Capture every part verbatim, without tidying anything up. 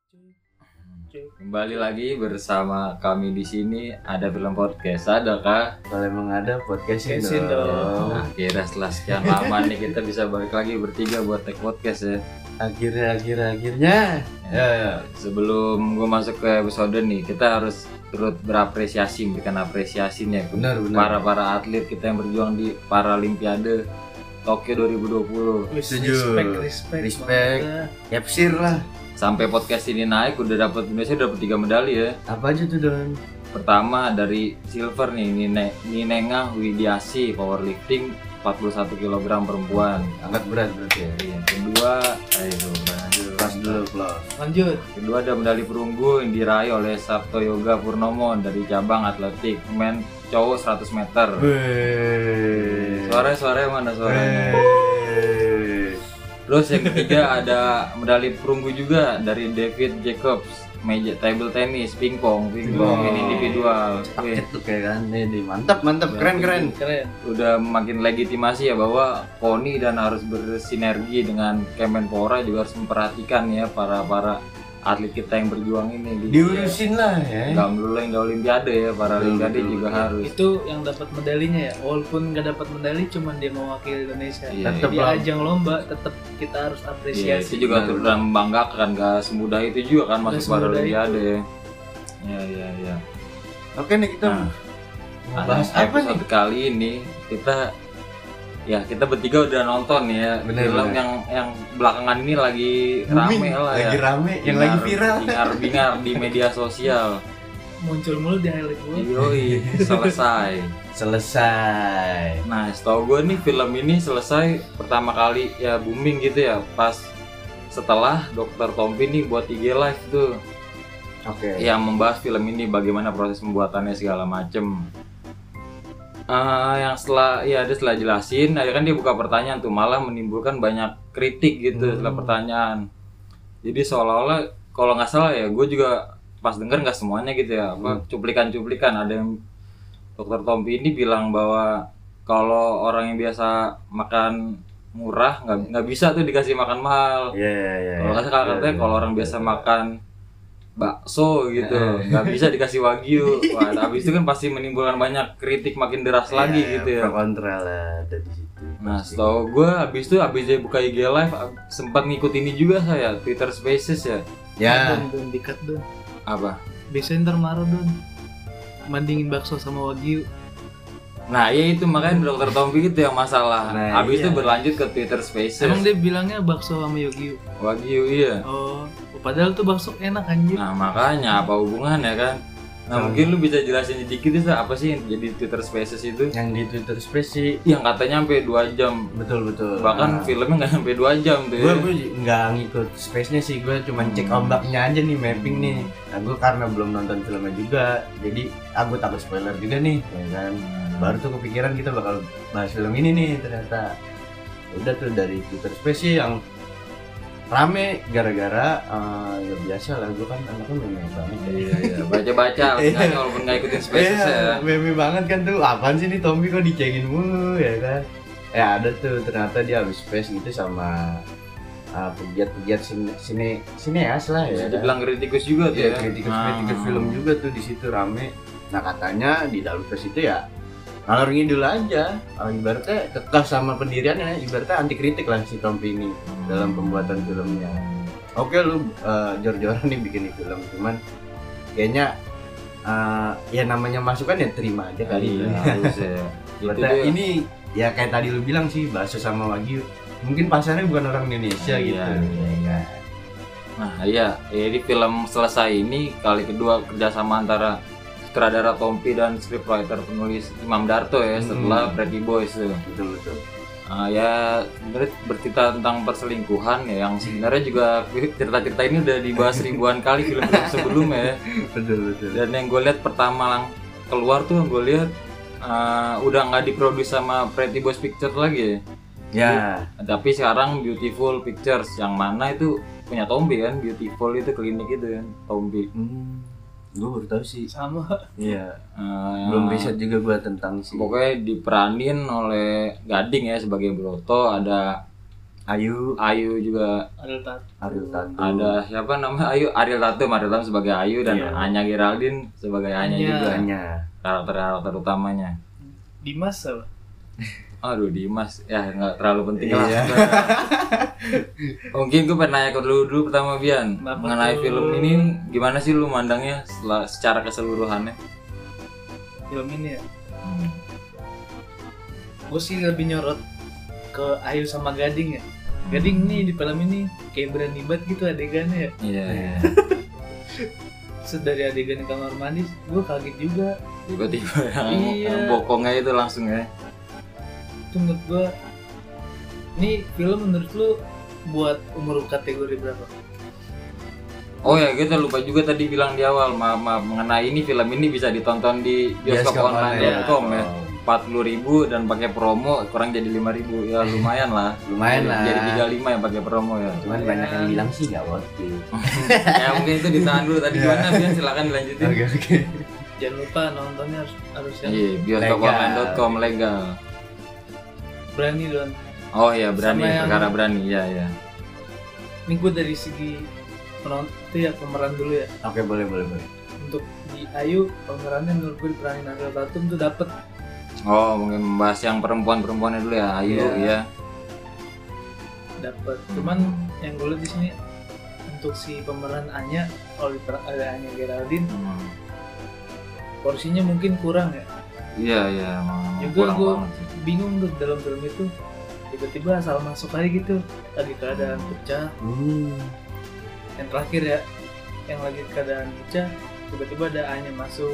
Kembali lagi bersama kami di sini. Ada film podcast, ada kah? Kalau emang ada podcastin Podcastin dong. dong. Nah, kira setelah sekian lama nih kita bisa balik lagi bertiga buat take podcast ya. Akhirnya, akhirnya, akhirnya. Ya, ya. Sebelum gue masuk ke episode nih, kita harus turut berapresiasi, memberikan apresiasi nih Benar, benar. para para atlet kita yang berjuang di Paralimpiade Tokyo dua ribu dua puluh. Setuju. Respect, respect, Respect. banget. Capsir lah. Sampai podcast ini naik udah dapat Indonesia udah dapat tiga medali ya. Apa aja tuh Don? Pertama dari silver nih, Nine, Ninengah Widiasi powerlifting empat puluh satu kilogram perempuan. Angkat berat berarti ya. Yang kedua, ayo lanjut. Kelas dulu, kelas. Lanjut. Kedua ada medali perunggu yang diraih oleh Sabto Yoga Purnomo dari cabang atletik men cowok seratus meter. Wih. Suara-suara mana suaranya? Wih. Terus yang ketiga ada medali perunggu juga dari David Jacobs, meja table tennis, pingpong, pingpong ini individual. Wih, Paket tuh kayak kan. Ini mantap, mantap, keren, keren. Keren. udah makin legitimasi ya bahwa KONI dan harus bersinergi dengan Kemenpora juga harus memperhatikan ya para para atlet kita yang berjuang ini di Diurusin lah ya. nggak melulu yang di Olimpiade ya, para Olimpiade Betul, juga betul. harus. Itu yang dapat medalinya ya. Walaupun nggak dapat medali, cuman dia mewakili Indonesia. Iya, Tetep Di lah. ajang lomba tetap kita harus Iya, apresiasi. itu juga turut membanggakan, gak semudah itu juga kan Nggak masuk para semudah Olimpiade. Ya ya ya. Oke nih kita Nah, mau bahas Nah, apa nih? episode kali ini kita ya kita bertiga udah nonton ya Bener, film bener. yang yang belakangan ini lagi Booming, rame lah lagi ya. rame, yang lagi viral. Bingar-bingar di media sosial. Muncul mulu di highlight gue. Yoi, selesai. Selesai. Nah, setahu gue nih film ini selesai pertama kali ya booming gitu ya pas setelah dokter Tompi nih buat I G live tuh Oke. yang membahas film ini bagaimana proses pembuatannya segala macem. Eh, yang setelah ya dia setelah jelasin, ya kan dia buka pertanyaan tuh malah menimbulkan banyak kritik gitu Hmm. setelah pertanyaan. Jadi seolah-olah kalau nggak salah ya, gue juga pas denger nggak semuanya gitu ya, apa Hmm. cuplikan-cuplikan ada yang dokter Tompi ini bilang bahwa kalau orang yang biasa makan murah nggak nggak bisa tuh dikasih makan mahal. Iya, iya, iya. Kalau nggak salah katanya kalau orang biasa makan bakso gitu nggak bisa dikasih wagyu. Wah, habis itu kan pasti menimbulkan banyak kritik makin deras lagi Iya, gitu ya. pro kontra lah ada di situ. Nah, Pasti. setahu gue habis itu habis dia buka I G live ab- sempat ngikut ini juga saya Twitter Spaces ya. Ya, Don, don, dikat don. Apa? Biasanya ntar marah don. Bandingin bakso sama wagyu. Nah, ya itu makanya dokter Tompi itu yang masalah. Nah, habis itu iya. berlanjut ke Twitter Spaces. Emang dia bilangnya bakso sama wagyu. Wagyu iya. Oh, padahal tuh bakso enak anjir. Nah, makanya apa hubungannya kan? Nah, Hmm. mungkin lu bisa jelasin sedikit itu apa sih yang jadi Twitter Spaces itu? yang di Twitter Space sih Yang katanya sampai dua jam. betul betul. Bahkan filmnya nggak sampai dua jam tuh gue ya. gue nggak ngikut space-nya sih, gue cuma cek Hmm. ombaknya aja nih, mapping nih. Nah, gue karena belum nonton filmnya juga, jadi aku takut spoiler juga nih, ya kan. Baru tuh kepikiran kita bakal bahas film ini nih ternyata. Udah tuh dari Twitter Space sih yang rame gara-gara eh, ya biasa lah, gue kan anaknya meme banget ya. Iya, iya. Baca-baca Iya. kan walaupun nggak ikutin Spaces Iya, ya. meme banget kan tuh, apaan sih nih Tommy kok dicengin mulu ya kan. Ya ada tuh ternyata dia habis space gitu sama uh, pegiat-pegiat sine, sine, sineas lah Bisa ya. dibilang kritikus juga tuh Iya, ya. kritikus-kritikus Ah. film juga tuh di situ rame. Nah katanya di dalam space itu ya ngalor ngidul aja, uh, ibaratnya kekeh sama pendiriannya, ibaratnya anti kritik lah si Tompi ini dalam pembuatan filmnya. Oke lu uh, jor-joran nih bikin film, cuman kayaknya uh, ya namanya masukan ya terima aja kali. Iya, harus ya. Itu Ibaratnya dia. ini ya kayak tadi lu bilang sih, bakso sama wagyu mungkin pasarnya bukan orang Indonesia Iya, gitu. iya. Ya kan? Nah, iya, jadi film selesai ini kali kedua kerjasama antara sutradara Tompi dan scriptwriter penulis Imam Darto ya setelah Hmm. Pretty Boys tuh. Betul betul. Ah, ya sebenarnya bercerita tentang perselingkuhan ya, yang sebenarnya juga cerita-cerita ini udah dibahas ribuan kali film-film sebelumnya ya. Betul betul. Dan yang gue lihat pertama lang keluar tuh gue lihat ah, udah nggak diproduksi sama Pretty Boys Pictures lagi ya. Ya, Tapi sekarang Beautiful Pictures yang mana itu punya Tompi kan, Beautiful itu klinik itu kan Tompi. hmm, gue baru tahu sih. Sama. Iya. Ah, Belum riset juga gue tentang sih. Pokoknya diperanin oleh Gading ya sebagai Broto, ada Ayu, Ayu juga Ariel Tatum. Ariel Tatum. ada siapa namanya Ayu Ariel Tatum Ariel Tatum sebagai Ayu dan Iya. Anya Geraldine sebagai Anya Anya. juga Anya. karakter-karakter utamanya. Dimas apa? Aduh Dimas ya nggak terlalu penting lah. Iya. Mungkin gue pengen nanya ke dulu dulu pertama Bian Kenapa mengenai tuh? film ini gimana sih lu mandangnya setelah, secara keseluruhannya? Film ini ya. Hmm. Gue sih lebih nyorot ke Ayu sama Gading ya. Gading nih di film ini kayak berani banget gitu adegannya ya. Iya. iya. Terus dari adegan di kamar mandi, gue kaget juga. Tiba-tiba yang, Iya. yang bokongnya itu langsung ya. Itu menurut gue, ini film menurut lu buat umur kategori berapa? Oh ya kita lupa juga tadi bilang di awal maaf, maaf mengenai ini film ini bisa ditonton di bioskop Bioskop online online. dot com ya. Oh. empat puluh ribu dan pakai promo kurang jadi lima ribu ya lumayan lah. Lumayan Jadi- lah. Jadi tiga puluh lima yang pakai promo ya. Cuman banyak yang bilang sih nggak worth it. Ya mungkin itu ditahan dulu tadi gimana Bian silakan dilanjutin. Oke oke. Jangan lupa nontonnya harus harus yang Iya bioskop Legal. online dot com legal. berani don. Oh iya berani Sama yang- perkara berani ya ya. Ini gue dari segi penonton itu ya pemeran dulu ya. Oke boleh boleh boleh. Untuk di Ayu pemerannya menurut gue diperanin Ariel Tatum tuh dapet. Oh mungkin membahas yang perempuan-perempuannya dulu ya Ayu Iya. ya. Dapet. Cuman yang gue lihat di sini untuk si pemeran Anya, kalau diper- ada Anya Geraldine, Hmm. porsinya mungkin kurang ya. Iya iya emang emang Juga kurang gue banget sih. bingung tuh dalam film itu tiba-tiba asal masuk aja gitu lagi keadaan pecah. Hmm. Yang terakhir ya, yang lagi keadaan pecah tiba-tiba ada Anya masuk.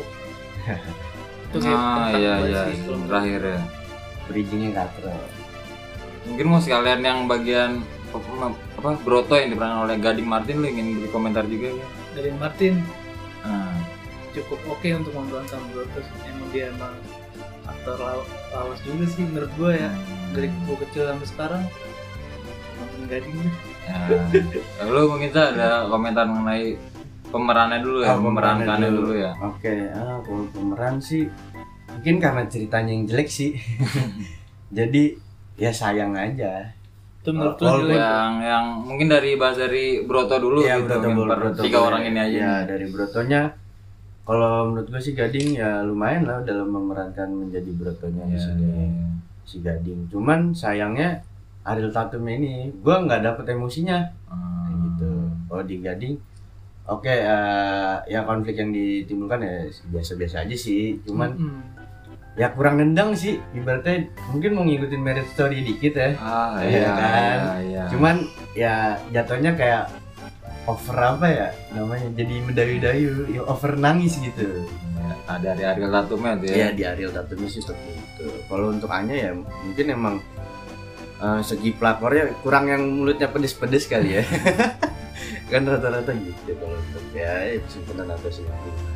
Itu kayak Ah kentang iya banget iya sih film terakhir ya. Bridgingnya katro. Mungkin mau sekalian yang bagian apa, apa Broto yang diperankan oleh Gading Martin lu ingin beri komentar juga ya. dari Martin. Nah, Cukup oke untuk memerankan Brotos. Emang dia emang aktor law- lawas juga sih menurut gue ya. Dari gue kecil sampai sekarang nonton Gading deh. ya. Lu mungkin Sa, ada komentar mengenai pemerannya dulu ya, Oh, pemerannya pemerankannya dulu. dulu ya. Oke, ah kalau pemeran sih mungkin karena ceritanya yang jelek sih. Jadi ya sayang aja. Itu menurut Oh, lu jelek. Yang yang mungkin dari bahas dari Broto dulu Iya, gitu, Broto, mungkin Broto, per Broto tiga boleh. orang ini aja. Ya, nih. dari Brotonya kalau menurut gue sih Gading ya lumayan lah dalam memerankan menjadi Brotonya di Iya, sini iya, iya. si Gading. Cuman sayangnya Ariel Tatum ini gue nggak dapet emosinya Hmm. kayak gitu. Kalau di Gading oke eh, ya konflik yang ditimbulkan ya biasa-biasa aja sih. Cuman Mm-mm. ya kurang nendang sih ibaratnya mungkin mau ngikutin Marriage Story dikit ya. Ah Iya iya kan? iya, iya. Cuman ya jatuhnya kayak over apa ya namanya jadi mendayu-dayu ya over nangis gitu. Ya, ah, dari Ariel Tatumnya tuh ya. Iya di Ariel Tatumnya sih seperti itu. Kalau untuk Anya ya mungkin emang eh, segi pelakornya kurang yang mulutnya pedes-pedes kali ya. Kan rata-rata gitu kalau untuk ya simpenan atau sih.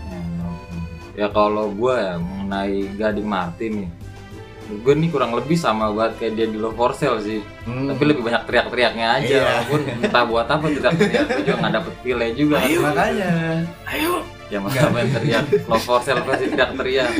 Ya kalau gue ya mengenai Gading Martin nih, gue nih kurang lebih sama banget kayak dia di Love for Sale sih. Hmm. Tapi lebih banyak teriak-teriaknya aja, Iya. walaupun entah buat apa teriak-teriak, gue juga nggak dapet feel juga. Makanya. Ayo. Ya masa main teriak Love for Sale pasti teriak-teriak.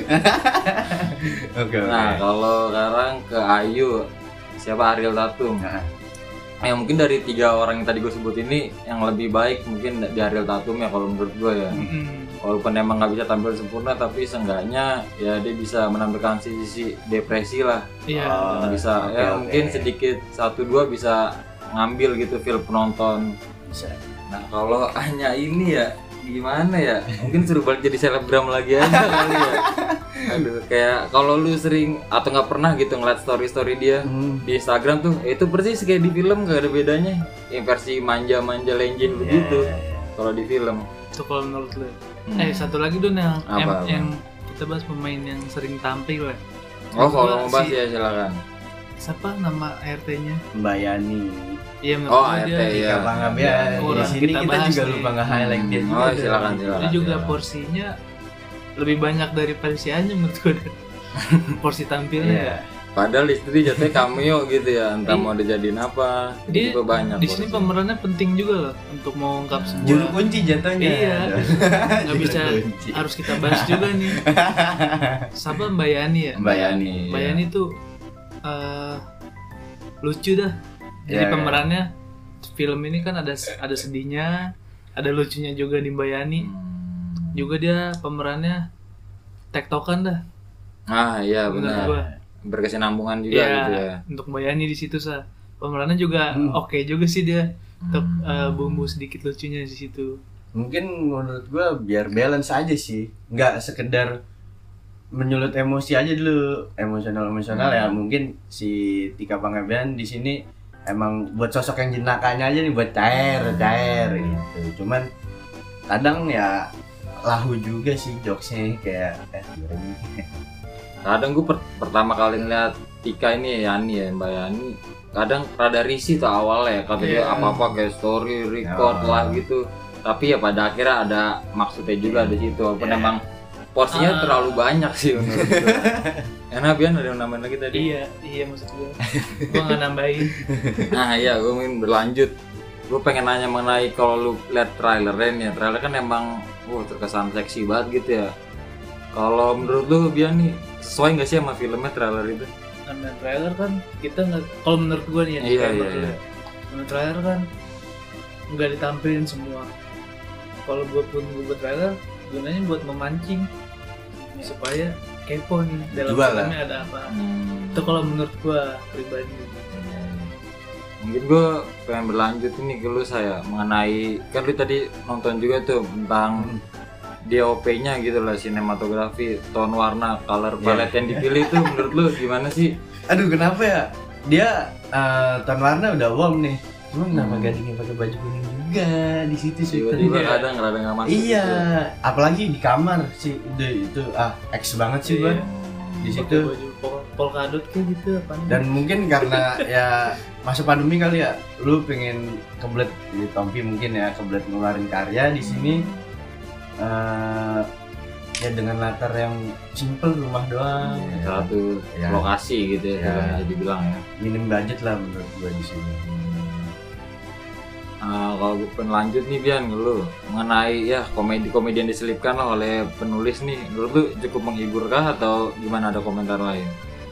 Oke oke. Nah kalau sekarang ke Ayu, siapa Ariel Tatum? Nah, Ya mungkin dari tiga orang yang tadi gue sebut ini yang lebih baik mungkin di Ariel Tatum ya kalau menurut gue ya. Mm-mm. Walaupun emang nggak bisa tampil sempurna tapi seenggaknya ya dia bisa menampilkan sisi depresi lah. Iya. Oh, Yang bisa oke, ya oke. mungkin sedikit satu dua bisa ngambil gitu feel penonton. bisa. Nah kalau hanya ini ya gimana ya mungkin suruh balik jadi selebgram lagi aja kali ya. Aduh kayak kalau lu sering atau nggak pernah gitu ngeliat story story dia Hmm. di Instagram tuh itu persis kayak di film gak ada bedanya yang versi manja-manja lenjen begitu Iya, iya, iya. kalau di film. Itu kalau menurut lu. Hmm. Eh satu lagi Don yang Apa, em- apa? yang kita bahas pemain yang sering tampil ya. Oh kalau Gua mau bahas si- ya silakan. Siapa nama A R T-nya? Mbak Yani. Iya menurut Oh, gua A R T, dia iya. Tika Pangabean. Di Kurang sini kita kita, bahas juga nih. lupa nge-highlight dia Hmm, juga. oh, tuh. silakan, silakan. Dia juga Iya. porsinya lebih banyak dari porsi Anya menurut gue. Porsi tampilnya Iya. ya. Padahal istri jatuhnya cameo gitu ya, entah Iya. mau dijadiin apa. Dia Juga banyak. di sini porsi. pemerannya penting juga loh untuk mengungkap sebuah Juru kunci jatuhnya. Iya. nggak Juru bisa kunci. harus kita bahas juga nih. Sama Mbak Yani ya. Mbak Yani. Mbak iya. Yani tuh eh, lucu dah Jadi Ya, pemerannya film ini kan ada ada sedihnya, ada lucunya juga di Mbak Yani. Hmm. Juga dia pemerannya tektokan dah. Ah iya Menurut benar. gua. Berkesinambungan juga Iya, gitu ya. untuk Mbak Yani di situ sah. Pemerannya juga Hmm. oke juga sih dia. Untuk Hmm. eh, bumbu sedikit lucunya di situ. mungkin menurut gua biar balance aja sih, nggak sekedar menyulut emosi aja dulu, emosional emosional ya. Mungkin si Tika Pangabean di sini emang buat sosok yang jenakanya aja nih, buat cair cair gitu. Cuman kadang ya lahu juga sih jokesnya, kayak eh gimana. Kadang gue per- pertama kali ngeliat Tika ini Yani ya Mbak Yani, kadang rada risih tuh awalnya, kata dia Iya. apa-apa kayak story record Oh. lah gitu. Tapi ya pada akhirnya ada maksudnya juga di situ, walaupun Iya. emang porsinya Ah. terlalu banyak sih menurut gue. Enak Bian ada yang nambahin lagi tadi. Iya, iya maksud gue. Gue nggak nambahin. Nah iya gue ingin berlanjut. Gue pengen nanya mengenai kalau lu lihat trailernya nih, trailer kan emang wah terkesan seksi banget gitu ya. Kalau menurut lu Bian nih sesuai nggak sih sama filmnya trailer itu? Karena trailer kan kita nggak, kalau menurut gue nih ya, Iya, trailer iya, tuh, iya. menurut trailer kan nggak ditampilin semua. Kalau gue pun gue buat trailer, gunanya buat memancing supaya kepo nih dalam Dijual lah. filmnya ada apa. Hmm. Itu kalau menurut gue pribadi. Mungkin gue pengen berlanjut ini ke lu saya mengenai kan lu tadi nonton juga tuh tentang Hmm. D O P-nya gitu lah, sinematografi, tone warna, color Iya. palette yang dipilih tuh menurut lu gimana sih? Aduh kenapa ya? Dia eh, tone warna udah warm nih. Cuma kenapa Hmm. gadingnya pakai baju kuning juga di situ sih? Tiba-tiba Iya. kadang rada nggak masuk. Iya, gitu. apalagi di kamar sih itu itu ah X banget sih gua Iya. di Pakai situ. baju pol- polkadot kayak gitu apa nih? Dan mungkin karena ya masa pandemi kali ya, lu pengen kebelet di Tompi mungkin ya kebelet ngeluarin karya di sini eh ya dengan latar yang simple, rumah doang. Iya, ya. satu Ya. lokasi gitu ya, Ya. bisa dibilang ya. Minim budget lah menurut gua di sini. Nah, kalau gue pengen lanjut nih Bian ke lu mengenai ya komedi-komedi yang diselipkan lah oleh penulis nih, menurut lu cukup menghibur kah atau gimana, ada komentar lain?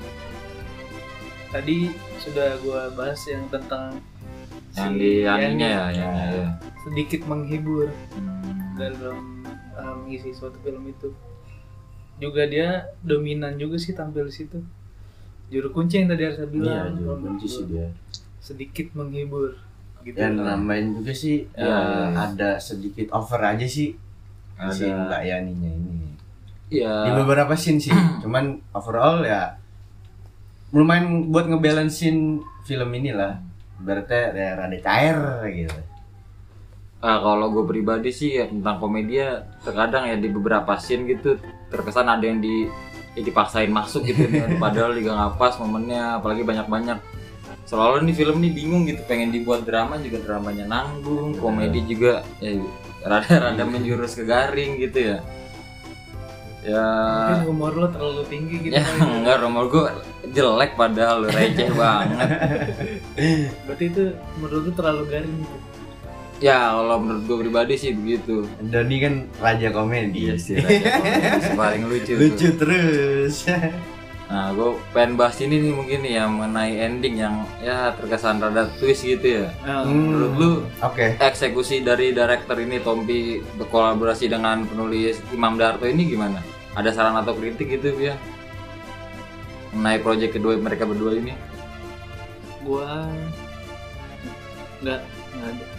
Tadi sudah gue bahas yang tentang Yang si di Yani, aninya ya, yang ya. sedikit menghibur Hmm. dalam uh, mengisi suatu film itu. Juga dia dominan juga sih tampil di situ. Juru kunci yang tadi Arsa Iya, bilang. juru kalau kunci menurut sih gua. dia. Sedikit menghibur gitu. Dan nambahin juga sih Iya, eh, iya, iya. ada sedikit over aja sih si Ada Mbak Yaninya ini. ya Di beberapa scene sih, cuman overall ya lumayan buat ngebalancein film inilah. Berarti ya rada cair gitu. ah, kalau gue pribadi sih ya tentang komedi ya terkadang ya di beberapa scene gitu terkesan ada yang di ya dipaksain masuk gitu nih, padahal juga nggak pas momennya, apalagi banyak-banyak. Selalu nih film nih bingung gitu, pengen dibuat drama juga dramanya nanggung, komedi juga ya rada-rada menjurus ke garing gitu ya. Ya Mungkin humor lo terlalu tinggi gitu. ya kali ya. enggak, nomor gue jelek padahal lu receh banget. Berarti itu menurut lu terlalu garing gitu. Ya kalau menurut gue pribadi sih begitu. Doni kan raja komedi. Iya sih, raja komedi paling lucu tuh. Lucu terus. Nah, gue pengen bahas ini nih mungkin nih yang mengenai ending yang ya terkesan rada twist gitu ya. Nah, Menurut lu Oke. eksekusi dari director ini Tompi berkolaborasi dengan penulis Imam Darto ini gimana? Ada saran atau kritik gitu ya? Mengenai project kedua mereka berdua ini? gua nggak nggak ada.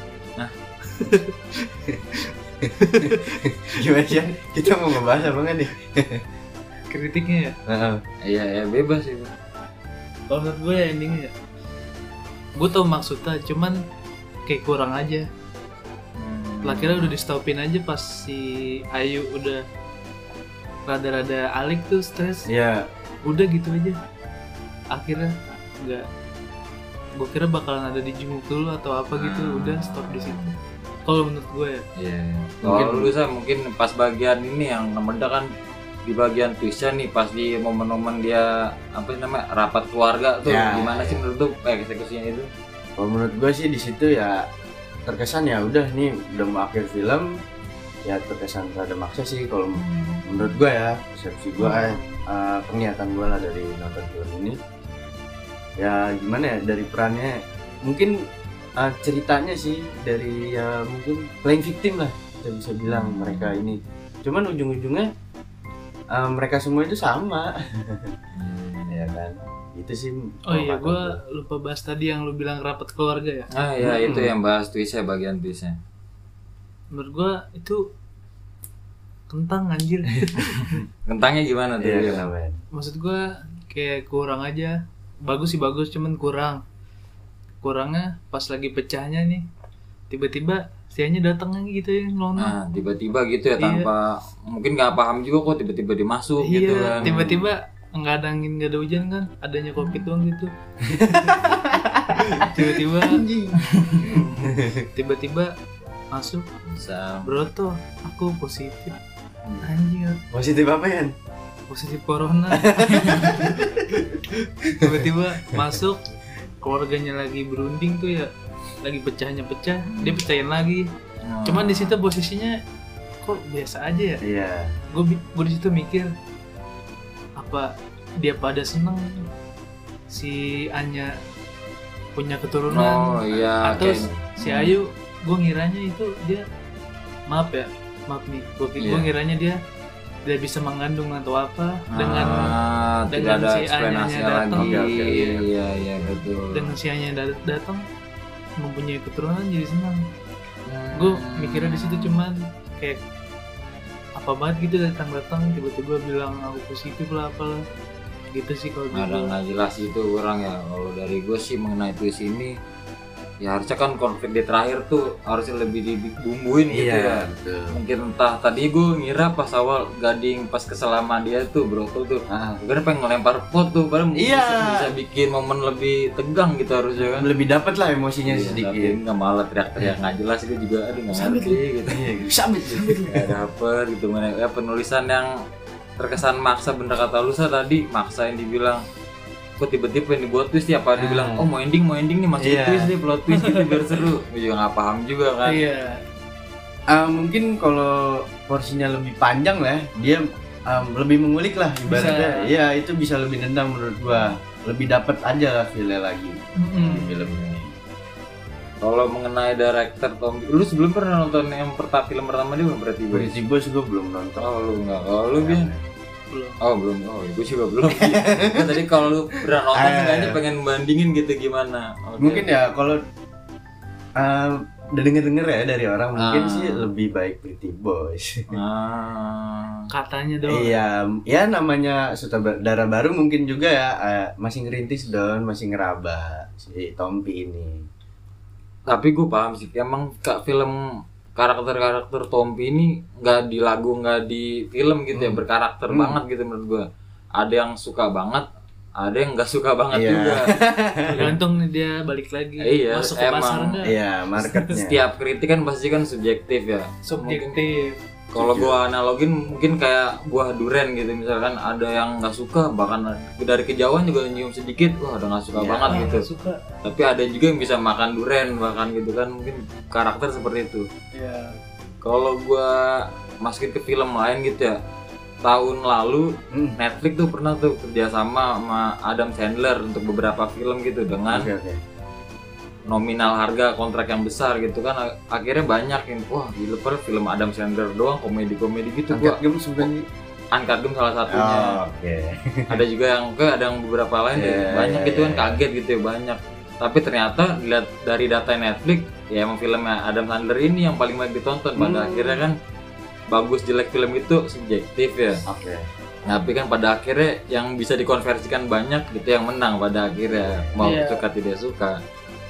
Gimana sih? Kita mau ngebahas apa nggak nih? Kritiknya ya. Heeh. Iya ya bebas sih. Bang. Kalau menurut gue ya endingnya ya. Gue tau maksudnya, cuman kayak kurang aja. Hmm. Akhirnya udah di stopin aja pas si Ayu udah rada-rada alik tuh stres. Iya. Udah gitu aja. Akhirnya nggak. Gue kira bakalan ada dijenguk dulu atau apa gitu. Hmm. Udah stop di situ. Kalau menurut gue ya. Iya. Mungkin- Kalau lu Sa, mungkin pas bagian ini yang meledak kan di bagian twistnya nih pas di momen-momen dia apa sih namanya rapat keluarga tuh, Ya, gimana sih ya. menurut lu eh, eksekusinya itu? Kalau menurut gue sih di situ ya terkesan ya udah nih udah mau akhir film ya terkesan rada maksa sih kalau menurut gue ya, persepsi gue eh, penglihatan gue lah dari nonton film ini. Ya gimana ya, dari perannya mungkin uh, ceritanya sih dari ya mungkin playing victim lah kita bisa bilang mereka ini. Cuman ujung-ujungnya uh, mereka semua itu sama. Ya kan. Itu sih. Oh iya, gue lupa bahas tadi yang lu bilang rapat keluarga ya. Ah ya hmm. itu yang bahas twistnya, bagian twistnya. Menurut gue itu kentang anjir. Kentangnya gimana tuh? Iya, maksud gue kayak kurang aja. Bagus sih bagus, cuman kurang. Kurangnya pas lagi pecahnya nih, tiba-tiba sianya datang lagi gitu ya ngelonong. Nah tiba-tiba gitu ya, tanpa iya. mungkin nggak paham juga kok tiba-tiba dimasuk iya, gitu kan. Tiba-tiba nggak ada angin nggak ada hujan kan, adanya covid doang gitu. Tiba-tiba tiba-tiba masuk Sam. Broto, aku positif. Anjing. Positif apa ya? Positif corona. Tiba-tiba masuk, keluarganya lagi berunding tuh ya, lagi pecahnya pecah, hmm. dia pecahin lagi. Hmm. Cuman di situ posisinya kok biasa aja ya. Iya. Gue gue di situ mikir, apa dia pada seneng si Anya punya keturunan? Oh iya. Atau okay. si Ayu, gue ngiranya itu dia, maaf ya, maaf nih, gue yeah. gue ngiranya dia tidak bisa mengandung atau apa ah, dengan dengan ada si Anya datang. Iya iya iya betul. Dengan si Anya datang mempunyai keturunan jadi senang. Hmm. Gue mikirnya di situ cuman kayak apa banget gitu, datang-datang tiba-tiba bilang aku positif lah apalah gitu sih kalau gue. Ada nggak jelas itu kurang ya. Kalau dari gue sih mengenai twist ini, ya harusnya kan konflik di terakhir tuh harusnya lebih dibumbuin gitu iya, ya. Betul. Mungkin entah tadi gue ngira pas awal Gading pas keselamaan dia tuh Broto tuh, ah. gue pengen ngelempar pot tuh, padahal iya. bisa, bisa bikin momen lebih tegang gitu harusnya kan. Lebih dapat lah emosinya iya, sedikit. Tapi nggak malah teriak-teriak nggak jelas, gue juga aduh nggak ngerti gitu. Sabit, nggak dapet gitu. Ya penulisan yang terkesan maksa, bener kata Lusa tadi, maksa yang dibilang kok tiba-tiba yang dibuat twist ya, apa hmm. dibilang oh mau ending mau ending nih masih yeah. twist nih, plot twist gitu biar seru. Gue juga nggak paham juga kan. Iya. Yeah. Uh, mungkin kalau porsinya lebih panjang lah, dia um, lebih mengulik lah ibaratnya. Iya itu bisa lebih nendang menurut gua, lebih dapat aja lah feel-nya lagi mm-hmm. di film ini. Kalau mengenai director Tom, lu sebelum pernah nonton yang pertama film pertama dia belum berarti? Berarti gue juga belum nonton. Oh lu nggak? Kalau lu Bian? Belum. Oh belum. Oh gue juga belum. Nah, tadi kalau lu pernah nonton aja pengen bandingin gitu gimana? Okay. Mungkin ya kalau uh, udah denger-denger ya dari orang, mungkin ah. sih lebih baik Pretty Boys. Ah. Katanya dong. Iya, ya namanya sutradara baru mungkin juga ya, uh, masih ngerintis don, masih ngeraba si Tompi ini. Tapi gue paham sih, emang kak film karakter-karakter Tompi ini nggak di lagu, nggak di film gitu ya, hmm. berkarakter hmm. banget gitu menurut gue. Ada yang suka banget, ada yang nggak suka banget yeah. juga. Tergantung nih dia balik lagi iya, masuk ke pasar enggak. Iya, marketnya. Setiap kritik kan pasti kan subjektif ya. Subjektif. Kalau gua analogin mungkin kayak buah duren gitu, misalkan ada yang nggak suka, bahkan dari kejauhan juga nyium sedikit, wah ada nggak suka ya, banget gitu. Gak suka. Tapi ada juga yang bisa makan duren bahkan gitu kan, mungkin karakter seperti itu. Ya. Kalau gua masukin ke film lain gitu ya, tahun lalu hmm. Netflix tuh pernah tuh kerjasama sama Adam Sandler untuk beberapa film gitu dengan okay, okay. nominal harga kontrak yang besar gitu kan. Akhirnya banyak yang wah gila, per film Adam Sandler doang komedi-komedi gitu. Uncut Gems sebenarnya. Uncut Gems salah satunya. Oh, oke. Okay. Ada juga yang ke ada yang beberapa lain yeah, ya, banyak gitu kan, kaget gitu ya banyak. Tapi ternyata dilihat dari data Netflix ya emang filmnya Adam Sandler ini yang paling banyak ditonton. Pada hmm. akhirnya kan bagus jelek film itu subjektif ya. Oke. Okay. Tapi kan pada akhirnya yang bisa dikonversikan banyak gitu yang menang pada akhirnya, mau yeah. suka tidak suka.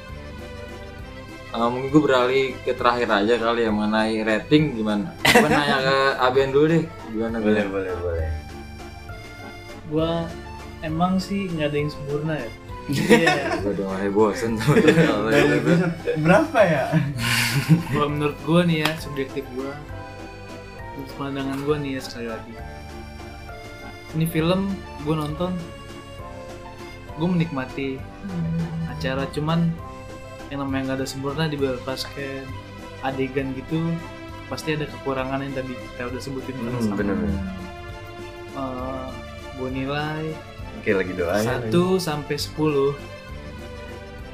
Uh, mungkin gue beralih ke terakhir aja kali ya, mengenai rating gimana? Gue nanya ke Aben dulu deh, gimana? Boleh, gue? boleh, boleh. Gue emang sih nggak ada yang sempurna ya. Iya. Gue udah mulai bosen tuh. Berapa ya? Kalau menurut gue nih ya, subjektif gue, pandangan gue nih ya sekali lagi. Ini film gue nonton, gue menikmati hmm. acara, cuman yang namanya nggak ada sempurna di basket adegan gitu pasti ada kekurangan yang tadi kita udah sebutin hmm, bener-bener. Uh, gue nilai oke lagi doain satu sampai sepuluh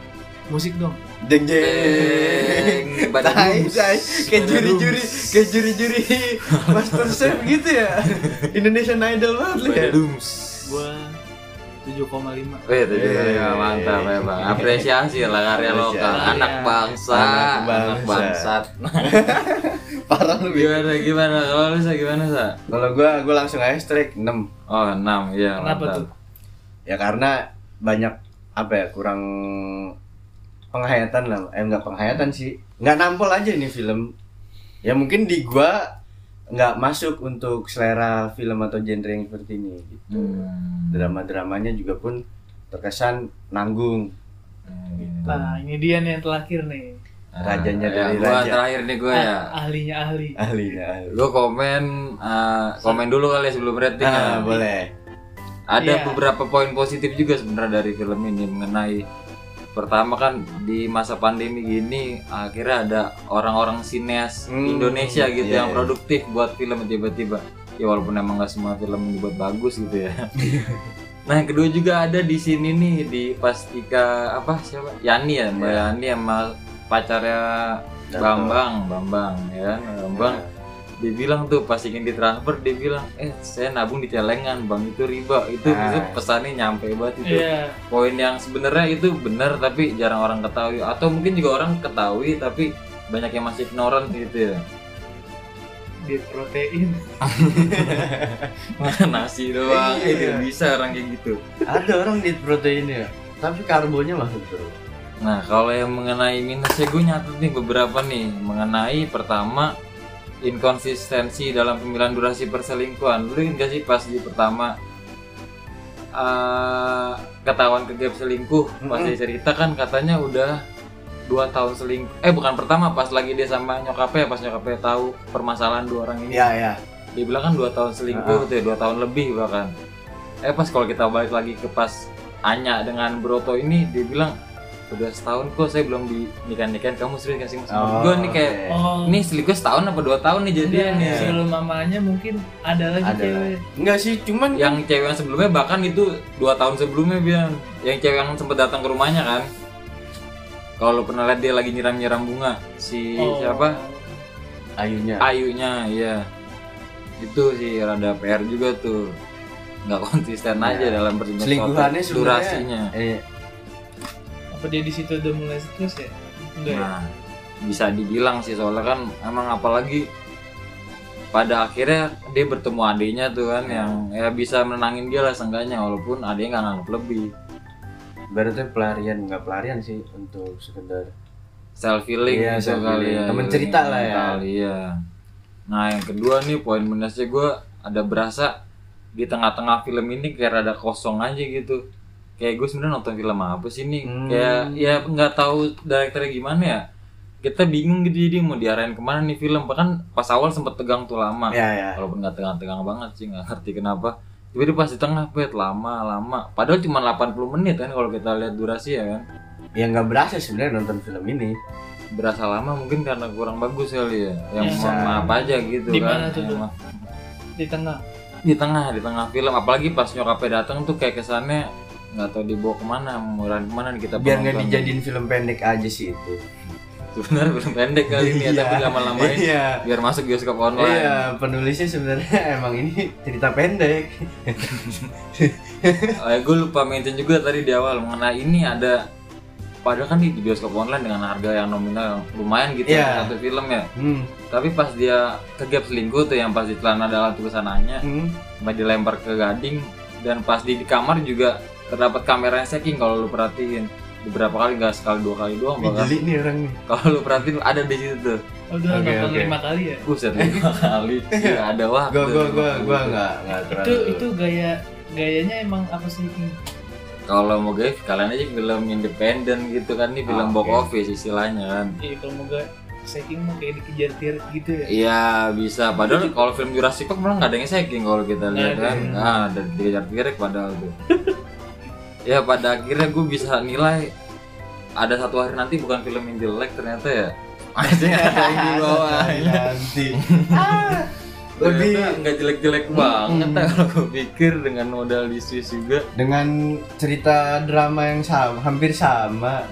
Musik dong. Jeng jeng. Deng, pada Tai, dums. tai. Kayak Pada juri-juri, dums. kayak juri-juri Master Chef gitu ya. Indonesian Idol banget lu ya. Pada dums. Gua tujuh koma lima. Oh iya, tujuh Eh, ya, mantap ya bang. Apresiasi lah karya Apresiasi. lokal, anak Iya. bangsa, Anak anak bangsa. bangsat. Parah lu. Bi. Gimana gimana kalau lu Sa, gimana Sa? Kalau gua gua langsung aja strike enam. Oh enam, iya. Kenapa mantap. tuh? Ya karena banyak apa ya, kurang penghayatan lah. Eh enggak penghayatan sih. Enggak nampol aja nih film. Ya mungkin di gua nggak masuk untuk selera film atau genre yang seperti ini gitu. Hmm. Drama-dramanya juga pun terkesan nanggung. Hmm. Nah, ini dia nih yang terakhir nih. Rajanya ya, dari gua raja. terakhir nih gue ya. Ah, ahlinya ahli. Ahlinya ahli. Gue komen eh, komen dulu kali ya sebelum rating ya. Ah, boleh. Ada Iya. beberapa poin positif juga sebenarnya dari film ini mengenai pertama kan di masa pandemi gini akhirnya ada orang-orang sineas Hmm, Indonesia gitu iya, yang iya. produktif buat film tiba-tiba. Ya walaupun emang nggak semua film dibuat bagus gitu ya. Nah yang kedua juga ada di sini nih di Pastika apa siapa Yani ya Mbak Iya. Yani sama pacarnya Dato. Bambang Bambang ya kan? Bambang dia bilang tuh pas ingin ditransfer dia bilang eh saya nabung di celengan bang itu riba itu Ah. itu pesannya nyampe banget itu Iya. poin yang sebenarnya itu benar tapi jarang orang ketahui atau mungkin juga orang ketahui tapi banyak yang masih ignorant gitu ya. Diet protein. Makan nasi doang Iya. eh tidak bisa orang kayak gitu. Ada orang diet protein ya, tapi karbonya masuk terus. Nah kalau yang mengenai minusnya gue nyatet nih beberapa nih mengenai pertama inkonsistensi dalam pemilihan durasi perselingkuhan. Lu ingat gak sih pas di pertama eh, ketahuan kegap selingkuh pas Mm-mm. dia cerita kan katanya udah dua tahun selingkuh. Eh bukan pertama pas lagi dia sama nyokapnya pas nyokapnya tahu permasalahan dua orang ini. Iya ya. Dia bilang kan dua tahun selingkuh Ah. tuh ya, dua tahun lebih bahkan. Eh pas kalau kita balik lagi ke pas Anya dengan Broto ini dia bilang udah setahun kok saya belum dinikah-nikahin kamu serius gak sih mas? Oh, Gue nih kayak oke. Oh. ini selingkuh setahun apa dua tahun nih jadinya Enggak, nih. sebelum mamanya mungkin ada lagi Ada. cewek. Enggak sih, cuman Yang cewek yang sebelumnya bahkan itu dua tahun sebelumnya Bian. Yang cewek yang sempet datang ke rumahnya kan. Kalau lu pernah lihat dia lagi nyiram-nyiram bunga si Oh. siapa? Ayunya. Ayunya, iya. Itu sih rada P R juga tuh. Nggak konsisten Ya. aja dalam perjalanan Selingkuhannya sebenarnya durasinya. Eh, Apa dia di situ udah mulai stres ya? Enggak ya? Nah, bisa dibilang sih soalnya kan emang apalagi pada akhirnya dia bertemu adiknya tuh kan Ya. yang ya bisa menenangin dia lah seenggaknya walaupun adiknya nggak nganggap lebih berarti pelarian, enggak pelarian sih untuk sekedar self healing Iya, gitu self kali healing. ya. Temen cerita lah ya. Kali ya. Nah, yang kedua nih poin minusnya gue ada berasa di tengah-tengah film ini kayak rada kosong aja gitu. Kayak gue sebenarnya nonton film apa sih nih? Hmm. Kayak ya nggak tahu direkturnya gimana ya. Kita bingung gitu jadi mau diarahin kemana nih film. Bahkan pas awal sempet tegang tuh lama. ya ya. Walaupun nggak tegang-tegang banget sih, nggak ngerti kenapa. Tiba-tiba pas di tengah, bet lama-lama. Padahal cuma delapan puluh menit kan kalau kita lihat durasi ya kan. Ya nggak berasa sebenarnya nonton film ini. Berasa lama mungkin karena kurang bagus kali ya. Yang Bisa. mohon maaf aja gitu Di kan. mana tuh, Ya, tuh? maaf. Di tengah. Di tengah, di tengah film. Apalagi pas nyokapnya datang tuh kayak kesannya nggak tahu dibawa kemana, murahan kemana nih kita Biar nggak penonton. dijadiin film pendek aja sih itu. Sebenarnya film pendek kali ini ya, Iya. tapi lama-lamain Iya. biar masuk bioskop online. Iya, penulisnya sebenarnya emang ini cerita pendek. Eh, gue lupa mention juga tadi di awal mengenai ini ada padahal kan di di bioskop online dengan harga yang nominal lumayan gitu Iya. ya, satu film ya. Hmm. Tapi pas dia kegap selingkuh tuh yang pas di celana dalam tulisan Anya, Hmm. pas dilempar ke gading dan pas di, di kamar juga terdapat kamera yang shaking kalau lu perhatiin beberapa kali nggak sekali dua kali doang Ih, bahkan Jeli nih orang nih. kalau lu perhatiin ada di situ tuh Oh, udah Oke, nonton oke. lima kali ya? buset lima kali ya, ada waktu Gua gua gua gua enggak enggak terlalu. Itu itu gaya gayanya emang apa sih? kalau mau guys kalian aja film independen gitu kan ini film Ah, box oke. office istilahnya kan Iya, kalau mau gak shaking mah kayak dikejar tir gitu ya. iya bisa padahal kalau film Jurassic Park malah nggak ada yang shaking kalau kita lihat Nggak kan ada. ah dan dikejar-kejar padahal tuh ya pada akhirnya gue bisa nilai ada satu hari nanti bukan film yang jelek ternyata ya masih ada yang di bawah nanti. Ah, lebih Ternyata nggak jelek-jelek banget Hmm. ya kalau gue pikir dengan modal di Swiss juga dengan cerita drama yang sama, hampir sama. hmm.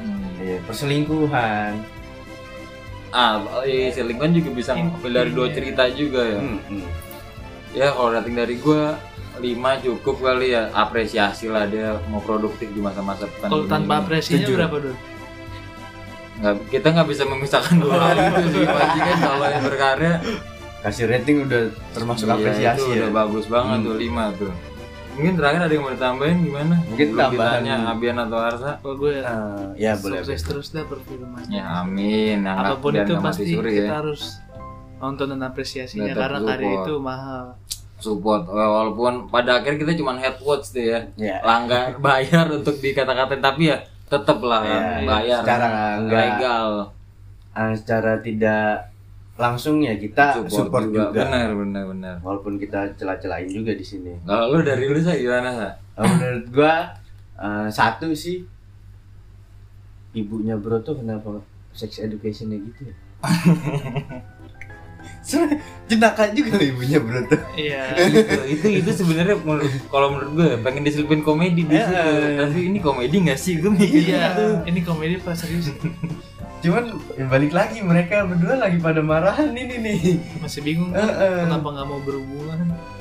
Iya, perselingkuhan. Ah, eh, selingkuhan juga bisa ngambil dari dua cerita juga ya. Hmm, hmm. Ya kalau rating dari gua lima cukup kali ya, apresiasi lah dia mau produktif di masa-masa pandemi. Kalau tanpa ini. apresiasinya Setuju. berapa dulu? Nggak, kita nggak bisa memisahkan dua hal itu sih. Pasti kan kalau yang berkarya Kasih rating udah termasuk iya, apresiasi itu ya. udah bagus banget Hmm. tuh lima tuh. Mungkin terakhir ada yang mau ditambahin gimana? Mungkin Belum tambahan. ditanya Abian atau Arsa. Kalau gue ya, Ah, ya boleh. sukses terus dah perfilmannya. Ya amin. Yang Apapun biar itu nggak mati pasti suri kita ya. harus nonton dan apresiasinya Tetap karena karya support. itu mahal. Support walaupun pada akhirnya kita cuma head watch deh ya. Ya. Langgar bayar untuk dikata-katain tapi ya tetap lah Ya, bayar secara enggak- legal. Ah, secara tidak langsung ya kita support, juga. Benar benar benar. Walaupun kita celah-celahin juga di sini. Kalau lu dari lu saya gimana Sa? Ah, menurut gua ah, satu sih ibunya bro tuh kenapa sex educationnya gitu ya? Sebenarnya jenaka juga loh ibunya bro tuh. Iya. itu itu itu sebenarnya menurut- kalau menurut gue pengen diselipin komedi di situ. Eh. Tapi ini komedi nggak sih? Gue mikir Iya, gitu. ini komedi pas serius Cuman ya balik lagi mereka berdua lagi pada marahan ini nih. masih bingung Eh, kan eh. kenapa nggak mau berhubungan.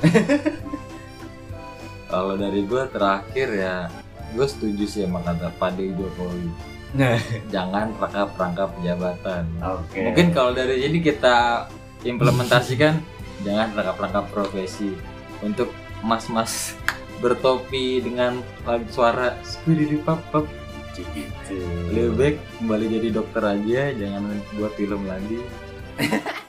Kalau dari gue terakhir ya, gue setuju sih sama kata Pak Dewi Jokowi. Nah, Jangan rangkap-rangkap jabatan. oke. Mungkin kalau dari ini kita implementasikan jangan rangkap-rangkap profesi untuk mas-mas bertopi dengan lagu suara spiripap. Gitu. Lebih baik kembali jadi dokter aja, jangan buat film lagi.